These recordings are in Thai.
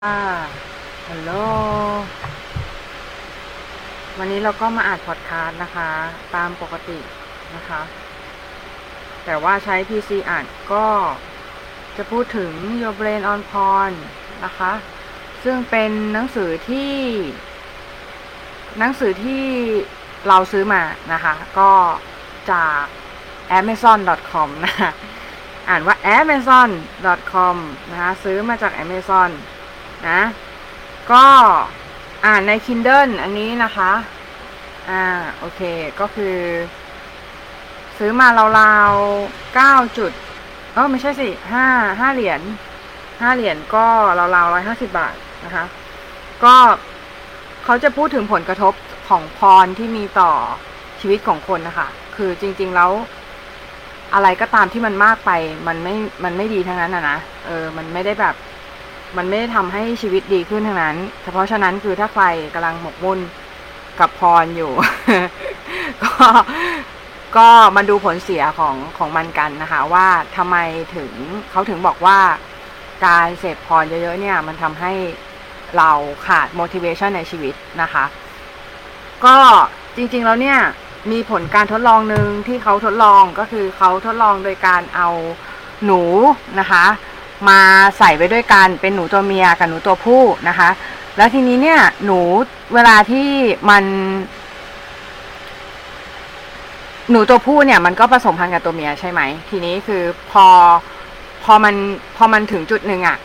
ฮัลโหลวันนี้เราก็มาอัดพอดคาสต์นะคะตามปกตินะคะแต่ว่าใช้ PC อัดก็จะพูดถึง Your Brain on Porn นะคะซึ่งเป็นหนังสือที่เราซื้อมานะคะก็จาก amazon.com นะคะอ่านว่า amazon.com นะคะซื้อมาจาก Amazon นะก็อ่านใน Kindle อันนี้นะคะโอเคก็คือซื้อมาราวๆ9จุดไม่ใช่สิ5เหรียญก็ราวๆ150 บาทนะคะก็เขาจะพูดถึงผลกระทบของพรที่มีต่อชีวิตของคนนะคะคือจริงๆแล้วอะไรก็ตามที่มันมากไปมันไม่ดีทั้งนั้นนะมันไม่ได้ทำให้ชีวิตดีขึ้นทั้งนั้นเพราะฉะนั้นคือถ้าใครกำลังหมกมุ่นกับพรอยู่ ก็มาดูผลเสียของมันกันนะคะว่าทำไมเขาถึงบอกว่าการเสพพรเยอะๆเนี่ยมันทำให้เราขาด motivation ในชีวิตนะคะก็จริงๆแล้วเนี่ยมีผลการทดลองหนึ่งที่เขาทดลองก็คือเขาทดลองโดยการเอาหนูนะคะมาใส่ไว้ด้วยกันเป็นหนูตัวเมียกับหนูตัวผู้นะคะแล้วทีนี้เนี่ยหนูเวลาที่หนูตัวผู้เนี่ยมันก็ผสมพันธุ์กับตัวเมียใช่ไหมทีนี้คือพอมันถึงจุดหนึ่งอ่ะ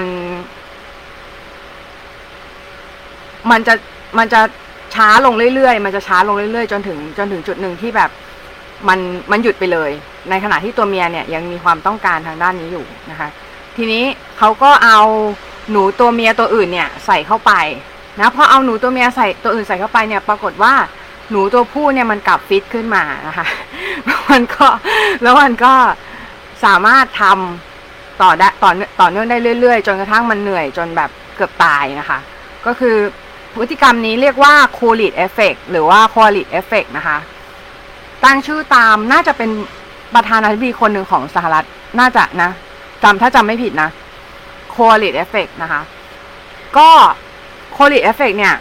มันจะช้าลงเรื่อยๆจนถึงจุดหนึ่งที่แบบมันหยุดไปเลยในขณะที่ตัวเมียเนี่ยยังมีความต้องการทางด้านนี้อยู่นะคะทีนี้เขาก็เอาหนูตัวเมียตัวอื่นเนี่ยใส่เข้าไปนะพอเอาหนูตัวเมียใส่ตัวอื่นใส่เข้าไปเนี่ยปรากฏว่าหนูตัวผู้เนี่ยมันกลับฟิตขึ้นมานะคะแล้วมันก็สามารถทำต่อเนื่องได้เรื่อยๆจนกระทั่งมันเหนื่อยจนแบบเกือบตายนะคะก็คือพฤติกรรมนี้เรียกว่า Coolidge Effect หรือว่า Coolidge Effect นะคะตั้งชื่อตามน่าจะเป็นประธานาธิบดีคนหนึ่งของสหรัฐน่าจะนะถ้าจำไม่ผิดนะ Coolidge Effect นะคะก็ Coolidge Effect เนี่ย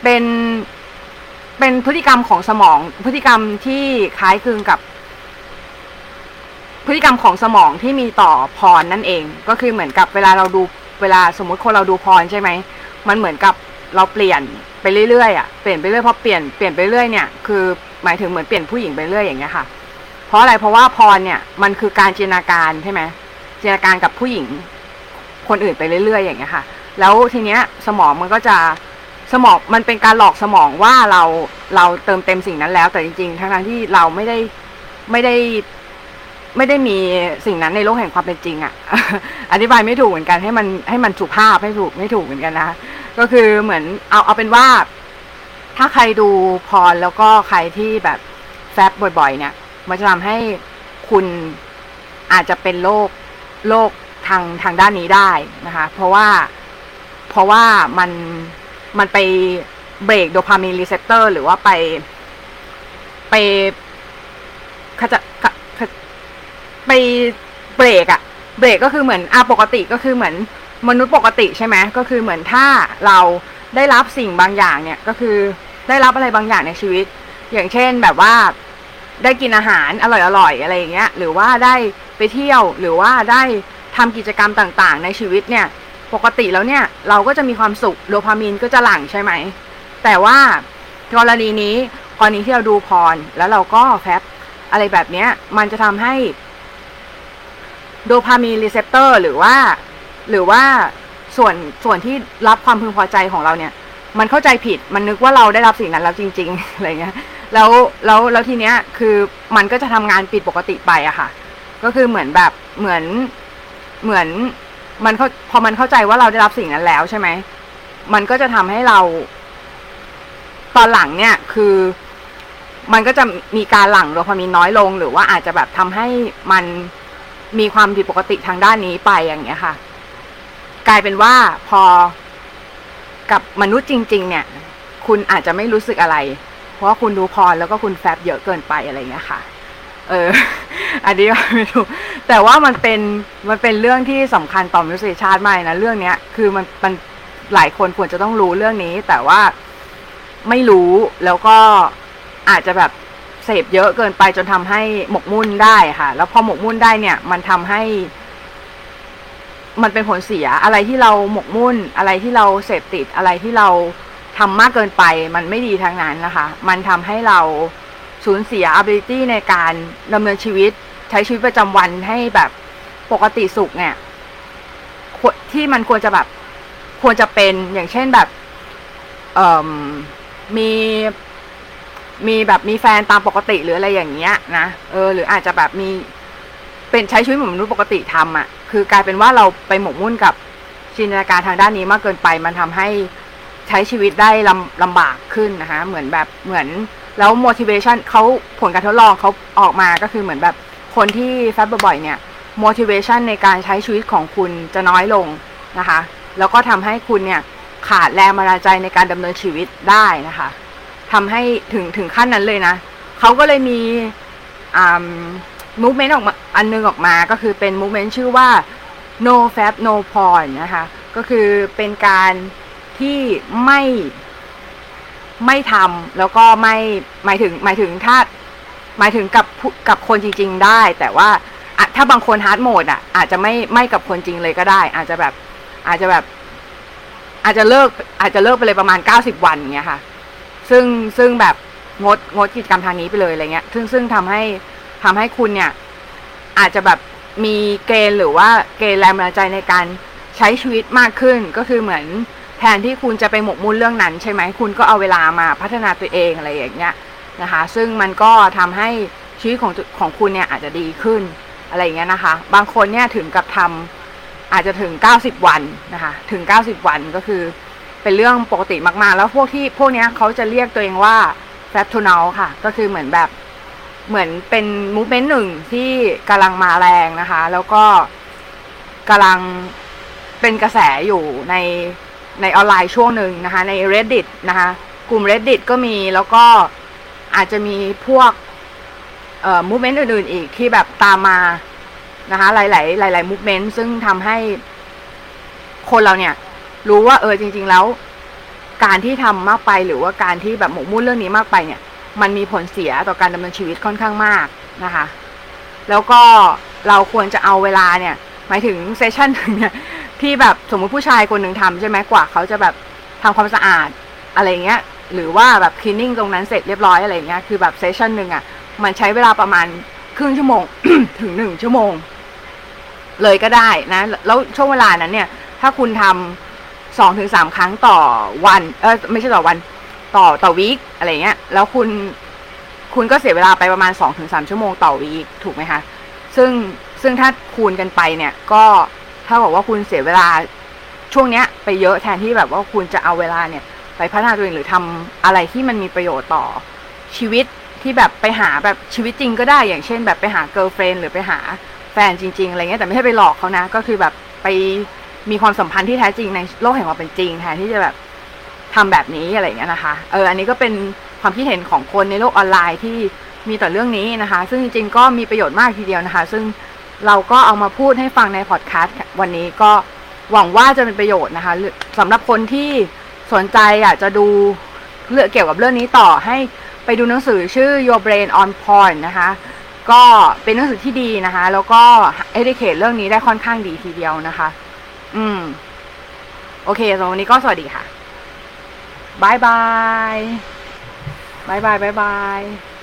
เป็นพฤติกรรมของสมองพฤติกรรมที่คล้ายคลึงกับพฤติกรรมของสมองที่มีต่อพรนั่นเองก็คือเหมือนกับเวลาสมมุติคนเราดูพรใช่ไหมมันเหมือนกับเราเปลี่ยนไปเรื่อยๆเปลี่ยนไปเรื่อยพอเปลี่ยนไปเรื่อยเนี่ยคือหมายถึงเหมือนเปลี่ยนผู้หญิงไปเรื่อยอย่างเงี้ยค่ะเพราะอะไรเพราะว่าพรเนี่ยมันคือการจินตนาการใช่ไหมจินตนาการกับผู้หญิงคนอื่นไปเรื่อยๆอย่างเงี้ยค่ะแล้วทีเนี้ยสมองมันเป็นการหลอกสมองว่าเราเติมเต็มสิ่งนั้นแล้วแต่จริงๆทั้งที่เราไม่ได้มีสิ่งนั้นในโลกแห่งความเป็นจริงอธิบายไม่ถูกเหมือนกันให้มันสุภาพไม่ถูกเหมือนกันนะก็คือเหมือนเอาเป็นว่าถ้าใครดูพรแล้วก็ใครที่แบบแฟบบ่อยๆเนี่ยมันจะทำให้คุณอาจจะเป็นโรคทางด้านนี้ได้นะคะเพราะว่ามันไปเบรกโดพามีนรีเซปเตอร์หรือว่าไปเบรกก็คือเหมือนปกติก็คือเหมือนมนุษย์ปกติใช่ไหมก็คือเหมือนถ้าเราได้รับสิ่งบางอย่างเนี่ยก็คือได้รับอะไรบางอย่างในชีวิตอย่างเช่นแบบว่าได้กินอาหารอร่อยอะไรอย่างเงี้ยหรือว่าได้ไปเที่ยวหรือว่าได้ทำกิจกรรมต่างๆในชีวิตเนี่ยปกติแล้วเนี่ยเราก็จะมีความสุขโดพามีนก็จะหลั่งใช่ไหมแต่ว่ากรณีนี้ที่เราดูพรแล้วเราก็แฟบอะไรแบบเนี้ยมันจะทำให้โดพามีนรีเซปเตอร์หรือว่าส่วนที่รับความพึงพอใจของเราเนี่ยมันเข้าใจผิดมันนึกว่าเราได้รับสิ่งนั้นแล้วจริงๆอะไรเงี้ยแล้วทีเนี้ยคือมันก็จะทำงานผิดปกติไปอะค่ะก็คือเหมือนพอมันเข้าใจว่าเราได้รับสิ่งนั้นแล้วใช่ไหมมันก็จะทำให้เราตอนหลังเนี่ยคือมันก็จะมีการหลั่งโดพามีนน้อยลงหรือว่าอาจจะแบบทำให้มันมีความผิดปกติทางด้านนี้ไปอย่างเงี้ยค่ะกลายเป็นว่าพอกับมนุษย์จริงๆเนี่ยคุณอาจจะไม่รู้สึกอะไรเพราะว่าคุณดูพรแล้วก็คุณแฟบเยอะเกินไปอะไรเงี้ยค่ะอันนี้ไม่รู้แต่ว่ามันเป็นเรื่องที่สำคัญต่อมนุษยชาติมากนะเรื่องเนี้ยคือมันหลายคนควรจะต้องรู้เรื่องนี้แต่ว่าไม่รู้แล้วก็อาจจะแบบเสพเยอะเกินไปจนทำให้หมกมุ่นได้ค่ะแล้วพอหมกมุ่นได้เนี่ยมันทำให้มันเป็นผลเสียอะไรที่เราหมกมุ่นอะไรที่เราเสพติดอะไรที่เราทำมากเกินไปมันไม่ดีทั้งนั้นนะคะมันทำให้เราสูญเสีย ability ในการดำเนินชีวิตใช้ชีวิตประจำวันให้แบบปกติสุขเนี่ยที่มันควรจะแบบควรจะเป็นอย่างเช่นแบบมีแบบมีแฟนตามปกติหรืออะไรอย่างเงี้ยนะหรืออาจจะแบบมีเป็นใช้ชีวิตเหมือนมนุษย์ปกติทำอ่ะคือกลายเป็นว่าเราไปหมกมุ่นกับจินตนาการทางด้านนี้มากเกินไปมันทำให้ใช้ชีวิตได้ลำบากขึ้นนะคะเหมือนแล้ว motivation เขาผลการทดลองเขาออกมาก็คือเหมือนแบบคนที่แฟบบ่อยๆเนี่ย motivation ในการใช้ชีวิตของคุณจะน้อยลงนะคะแล้วก็ทำให้คุณเนี่ยขาดแรงบันดาลใจในการดำเนินชีวิตได้นะคะทำให้ถึงขั้นนั้นเลยนะเขาก็เลยมีmovement ออกมาอันนึงออกมาก็คือเป็น movement ชื่อว่า no fab no porn นะคะก็คือเป็นการที่ไม่ทำแล้วก็ไม่หมายถึงถ้าหมายถึงกับคนจริงๆได้แต่ว่าถ้าบางคนฮาร์ดโหมดอาจจะไม่กับคนจริงเลยก็ได้อาจจะเลิกไปเลยประมาณ90วันเงี้ยค่ะซึ่งแบบงดกิจกรรมทางนี้ไปเลยอะไรเงี้ยซึ่งทำให้คุณเนี่ยอาจจะแบบมีเกณฑ์หรือว่าเกณฑ์แรงบันดาลใจในการใช้ชีวิตมากขึ้นก็คือเหมือนแทนที่คุณจะไปหมกมุ่นเรื่องนั้นใช่ไหมคุณก็เอาเวลามาพัฒนาตัวเองอะไรอย่างเงี้ยนะคะซึ่งมันก็ทำให้ชีวิตของคุณเนี่ยอาจจะดีขึ้นอะไรอย่างเงี้ยนะคะบางคนเนี่ยถึงกับทำอาจจะถึง90วันนะคะถึง90วันก็คือเป็นเรื่องปกติมากๆแล้วพวกเนี้ยเขาจะเรียกตัวเองว่า fractional ค่ะก็คือเหมือนเป็นมูฟเมนต์หนึ่งที่กำลังมาแรงนะคะแล้วก็กำลังเป็นกระแสอยู่ในออนไลน์ช่วงหนึ่งนะคะใน Reddit นะคะกลุ่ม Reddit ก็มีแล้วก็อาจจะมีพวกมูฟเมนต์อื่นๆอีกที่แบบตามมานะคะหลายมูฟเมนต์ซึ่งทำให้คนเราเนี่ยรู้ว่าจริงๆแล้วการที่ทำมากไปหรือว่าการที่แบบหมกมุ่นเรื่องนี้มากไปเนี่ยมันมีผลเสียต่อการดำเนินชีวิตค่อนข้างมากนะคะแล้วก็เราควรจะเอาเวลาเนี่ยหมายถึงเซสชั่นหนึ่งเนี่ยที่แบบสมมุติผู้ชายคนหนึ่งทำใช่ไหมกว่าเขาจะแบบทำความสะอาดอะไรเงี้ยหรือว่าแบบคลีนนิ่งตรงนั้นเสร็จเรียบร้อยอะไรเงี้ยคือแบบเซสชั่นหนึ่งมันใช้เวลาประมาณครึ่งชั่วโมง ถึง1ชั่วโมงเลยก็ได้นะแล้วช่วงเวลานั้นเนี่ยถ้าคุณทำ2-3 ครั้งต่อวันไม่ใช่ต่อวันต่อวีคอะไรเงี้ยแล้วคุณก็เสียเวลาไปประมาณ2-3 ชั่วโมงต่อวีคถูกไหมคะซึ่งถ้าคูณกันไปเนี่ยก็ถ้าบอกว่าคุณเสียเวลาช่วงเนี้ยไปเยอะแทนที่แบบว่าคุณจะเอาเวลาเนี่ยไปพัฒนาตัวเองหรือทำอะไรที่มันมีประโยชน์ต่อชีวิตที่แบบไปหาแบบชีวิตจริงก็ได้อย่างเช่นแบบไปหาเกิร์ลเฟรนด์หรือไปหาแฟนจริงๆอะไรเงี้ยแต่ไม่ใช่ไปหลอกเขานะก็คือแบบไปมีความสัมพันธ์ที่แท้จริงในโลกแห่งความเป็นจริงแทนที่จะแบบทำแบบนี้อะไรเงี้ยนะคะอันนี้ก็เป็นความคิดเห็นของคนในโลกออนไลน์ที่มีต่อเรื่องนี้นะคะซึ่งจริงๆก็มีประโยชน์มากทีเดียวนะคะซึ่งเราก็เอามาพูดให้ฟังในพอดแคสต์วันนี้ก็หวังว่าจะเป็นประโยชน์นะคะสำหรับคนที่สนใจอยากจะดูเกี่ยวกับเรื่องนี้ต่อให้ไปดูหนังสือชื่อ Your Brain on Porn นะคะก็เป็นหนังสือที่ดีนะคะแล้วก็ educate เรื่องนี้ได้ค่อนข้างดีทีเดียวนะคะโอเคสำหรับวันนี้ก็สวัสดีค่ะบายบาย